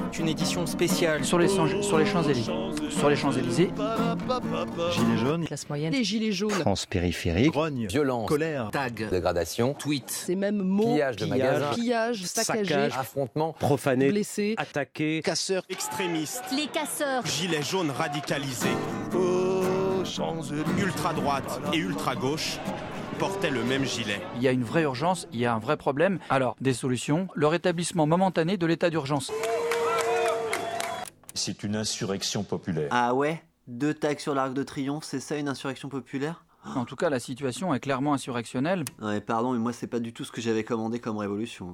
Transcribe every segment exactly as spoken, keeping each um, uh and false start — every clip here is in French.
C'est une édition spéciale. Sur les, sur les Champs-Élysées. Sur les Champs-Élysées. Gilets jaunes. Classe moyenne. Les gilets jaunes. France périphérique. Grogne. Violence. Colère. Tag. Dégradation. Tweet. Ces mêmes mots. Pillage de magasins. Pillage, saccagé. Saccage. Affrontement. Profané. Blessé. Attaqué. Casseurs. Extrémistes. Les casseurs. Gilets jaunes radicalisés. Oh, Champs-Élysées. Ultra-droite et ultra-gauche portaient le même gilet. Il y a une vraie urgence, il y a un vrai problème. Alors, des solutions, le rétablissement momentané de l'état d'urgence. C'est une insurrection populaire. Ah ouais ? Deux tags sur l'Arc de Triomphe, c'est ça une insurrection populaire ? En tout cas, la situation est clairement insurrectionnelle. Ouais, pardon, mais moi c'est pas du tout ce que j'avais commandé comme révolution.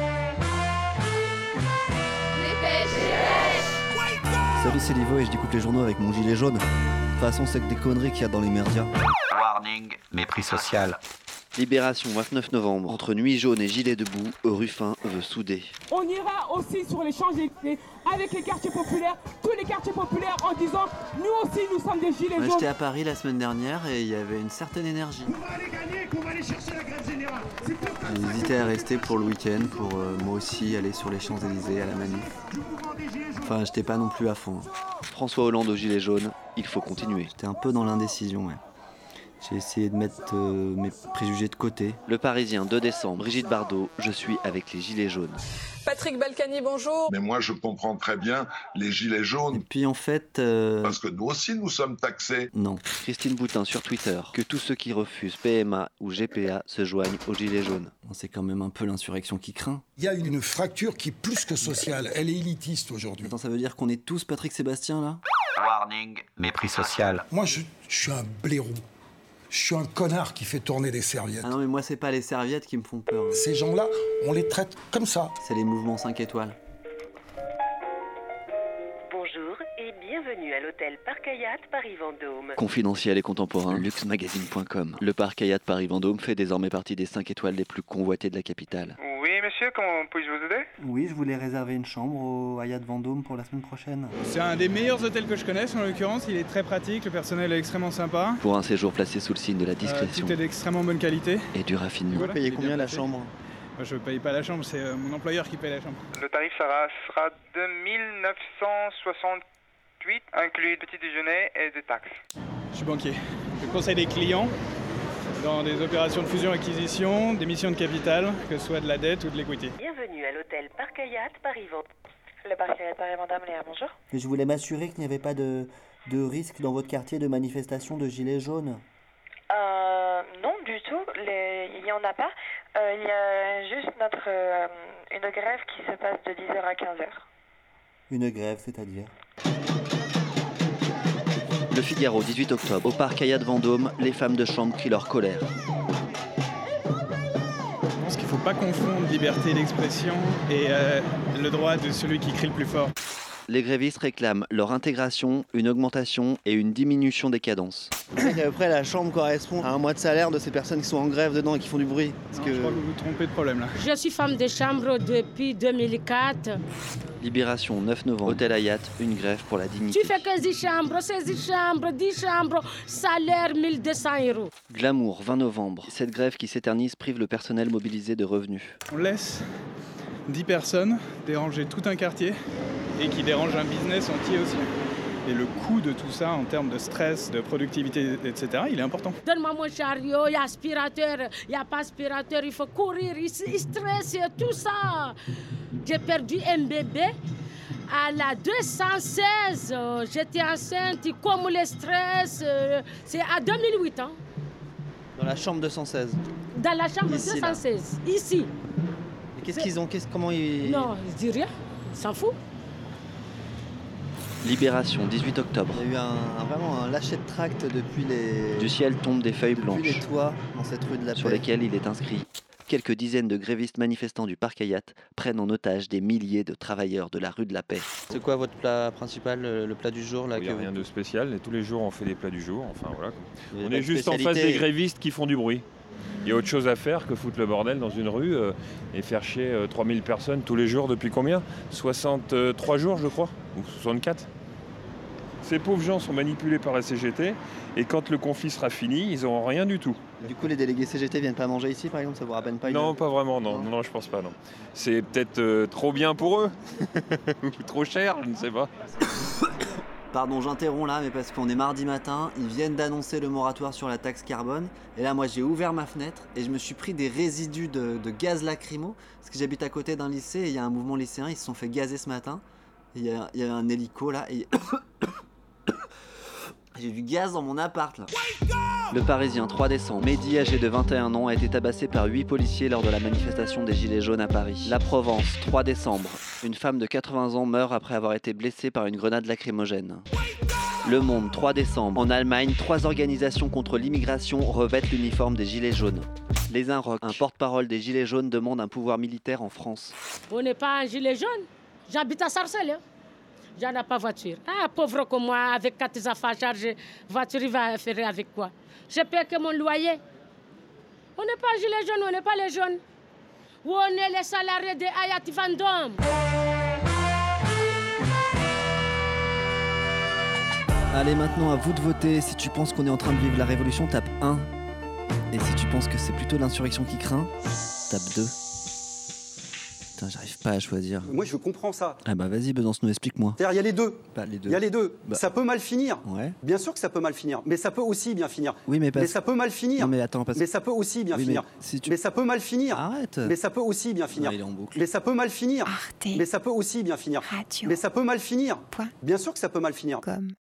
Salut, c'est Livo et je découpe les journaux avec mon gilet jaune. De toute façon, c'est que des conneries qu'il y a dans les médias. Warning. Mépris social. Libération, vingt-neuf novembre. Entre Nuit jaune et Gilet debout, Ruffin veut souder. On ira aussi sur les Champs-Élysées avec les quartiers populaires, tous les quartiers populaires en disant nous aussi nous sommes des gilets ouais, jaunes. J'étais à Paris la semaine dernière et il y avait une certaine énergie. On va aller gagner, qu'on va aller chercher la grève générale. J'ai hésité à rester pour le week-end pour euh, moi aussi aller sur les Champs-Élysées à la manif. Enfin, j'étais pas non plus à fond. François Hollande au gilet jaune, il faut continuer. J'étais un peu dans l'indécision, ouais. J'ai essayé de mettre euh, mes préjugés de côté. Le Parisien, deux décembre, Brigitte Bardot, je suis avec les gilets jaunes. Patrick Balkany, bonjour. Mais moi, je comprends très bien les gilets jaunes. Et puis en fait... Euh... Parce que nous aussi, nous sommes taxés. Non. Christine Boutin sur Twitter, que tous ceux qui refusent P M A ou G P A se joignent aux gilets jaunes. C'est quand même un peu l'insurrection qui craint. Il y a une fracture qui est plus que sociale, elle est élitiste aujourd'hui. Attends, ça veut dire qu'on est tous Patrick Sébastien là ? Warning. Mépris social. Moi, je, je suis un blaireau. Je suis un connard qui fait tourner des serviettes. Ah non, mais moi, c'est pas les serviettes qui me font peur. Ces gens-là, on les traite comme ça. C'est les mouvements cinq étoiles. Bonjour et bienvenue à l'hôtel Parc Hyatt Paris-Vendôme. Confidentiel et contemporain, luxemagazine point com. Le Parc Hyatt Paris-Vendôme fait désormais partie des cinq étoiles les plus convoitées de la capitale. Oui, monsieur, comment puis-je vous aider ? Oui, je voulais réserver une chambre au Hyatt Vendôme pour la semaine prochaine. C'est un des meilleurs hôtels que je connaisse, en l'occurrence. Il est très pratique, le personnel est extrêmement sympa. Pour un séjour placé sous le signe de la discrétion. Euh, tout est d'extrêmement bonne qualité. Et du raffinement. Vous payez combien la chambre ? Je ne paye pas la chambre, c'est euh, mon employeur qui paye la chambre. Le tarif sera, sera deux mille neuf cent soixante-huit, inclus petit déjeuner et des taxes. Je suis banquier. Je conseille des clients dans des opérations de fusion-acquisition, d'émission de capital, que ce soit de la dette ou de l'equity. Bienvenue à l'hôtel Parc Hyatt Paris-Vendôme. Le Parc Hyatt Paris-Vendôme, Léa, bonjour. Je voulais m'assurer qu'il n'y avait pas de, de risque dans votre quartier de manifestation de gilets jaunes. Euh, non, du tout. Les... Il n'y en a pas. Euh, il y a juste notre, euh, une grève qui se passe de dix heures à quinze heures. Une grève, c'est-à-dire ? Le Figaro, dix-huit octobre. Au Parc Hyatt Vendôme, les femmes de chambre crient leur colère. Je pense qu'il ne faut pas confondre liberté d'expression et euh, le droit de celui qui crie le plus fort. Les grévistes réclament leur intégration, une augmentation et une diminution des cadences. C'est vrai qu'à peu près la chambre correspond à un mois de salaire de ces personnes qui sont en grève dedans et qui font du bruit. Parce non, que... Je crois que vous vous trompez de problème là. Je suis femme de chambre depuis deux mille quatre. Libération, neuf novembre. Hôtel Hyatt, une grève pour la dignité. Tu fais que dix chambres, seize chambres, dix chambres, salaire mille deux cents euros. Glamour, vingt novembre. Cette grève qui s'éternise prive le personnel mobilisé de revenus. On laisse dix personnes déranger tout un quartier et qui dérange un business entier aussi. Et le coût de tout ça en termes de stress, de productivité, et cetera, il est important. Donne-moi mon chariot, il y a aspirateur, il n'y a pas aspirateur, il faut courir, il, il stresse, tout ça. J'ai perdu un bébé à la deux cent seize. J'étais enceinte, comme le stress, c'est à deux mille huit. Hein. Dans la chambre deux cent seize. Dans la chambre Ici, deux cent seize, là. Ici. Et qu'est-ce qu'ils ont qu'est-ce, Comment ils... Non, je dis rien, ils s'en foutent. Libération, dix-huit octobre. Il y a eu un, un, vraiment un lâcher de tract depuis les... Du ciel tombent des feuilles blanches. Depuis les toits dans cette rue de la Paix. Sur lesquelles il est inscrit. Quelques dizaines de grévistes manifestants du Parc Hyatt prennent en otage des milliers de travailleurs de la rue de la Paix. C'est quoi votre plat principal, le, le plat du jour là, Il n'y a que rien vous... de spécial, et tous les jours on fait des plats du jour, enfin voilà. On est est juste en face des grévistes qui font du bruit. Il y a autre chose à faire que foutre le bordel dans une rue euh, et faire chier euh, trois mille personnes tous les jours depuis combien ? soixante-trois jours je crois, ou soixante-quatre ? Ces pauvres gens sont manipulés par la C G T et quand le conflit sera fini, ils n'auront rien du tout. Du coup, les délégués C G T viennent pas manger ici, par exemple, ça vous rappelle pas une... Non, pas vraiment, non. non, non, je pense pas, non. C'est peut-être euh, trop bien pour eux ou trop cher, je ne sais pas. Pardon, j'interromps là, mais parce qu'on est mardi matin, ils viennent d'annoncer le moratoire sur la taxe carbone. Et là, moi, j'ai ouvert ma fenêtre et je me suis pris des résidus de, de gaz lacrymo. Parce que j'habite à côté d'un lycée et il y a un mouvement lycéen, ils se sont fait gazer ce matin. Il y, y a un hélico là et... j'ai du gaz dans mon appart là. Le Parisien, trois décembre. Mehdi, âgé de vingt et un ans, a été tabassé par huit policiers lors de la manifestation des Gilets jaunes à Paris. La Provence, trois décembre. Une femme de quatre-vingts ans meurt après avoir été blessée par une grenade lacrymogène. Le Monde, trois décembre. En Allemagne, trois organisations contre l'immigration revêtent l'uniforme des Gilets jaunes. Les Inrocks, un porte-parole des Gilets jaunes, demande un pouvoir militaire en France. On n'est pas un gilet jaune. J'habite à Sarcelles. Hein. Je n'ai pas de voiture. Ah, pauvre comme moi, avec quatre enfants chargés, voiture, il va faire avec quoi? Je paie que mon loyer. On n'est pas gilet jaune, on n'est pas les jaunes. Ou on est les salariés de Hayat Vendôme. Allez, maintenant à vous de voter. Si tu penses qu'on est en train de vivre la révolution, tape un. Et si tu penses que c'est plutôt l'insurrection qui craint, tape deux. Putain, j'arrive pas à choisir. Moi, je comprends ça. Ah bah vas-y, Besançon, explique-moi. C'est-à-dire, il y a les deux. Bah, les deux. Il y a les deux. Bah. Ça peut mal finir. Ouais. Bien sûr que ça peut mal finir. Mais ça peut aussi bien finir. Oui, mais parce... Mais ça peut mal finir. Non, mais attends, parce... Mais ça peut aussi bien oui, finir. Mais, si tu... mais ça peut mal finir. Arrête. Mais ça peut aussi bien finir. Non, il est en boucle. Mais ça peut mal finir. Arte. Mais ça peut aussi bien finir. Radio. Mais ça peut mal finir. Point. Bien sûr que ça peut mal finir. Comme.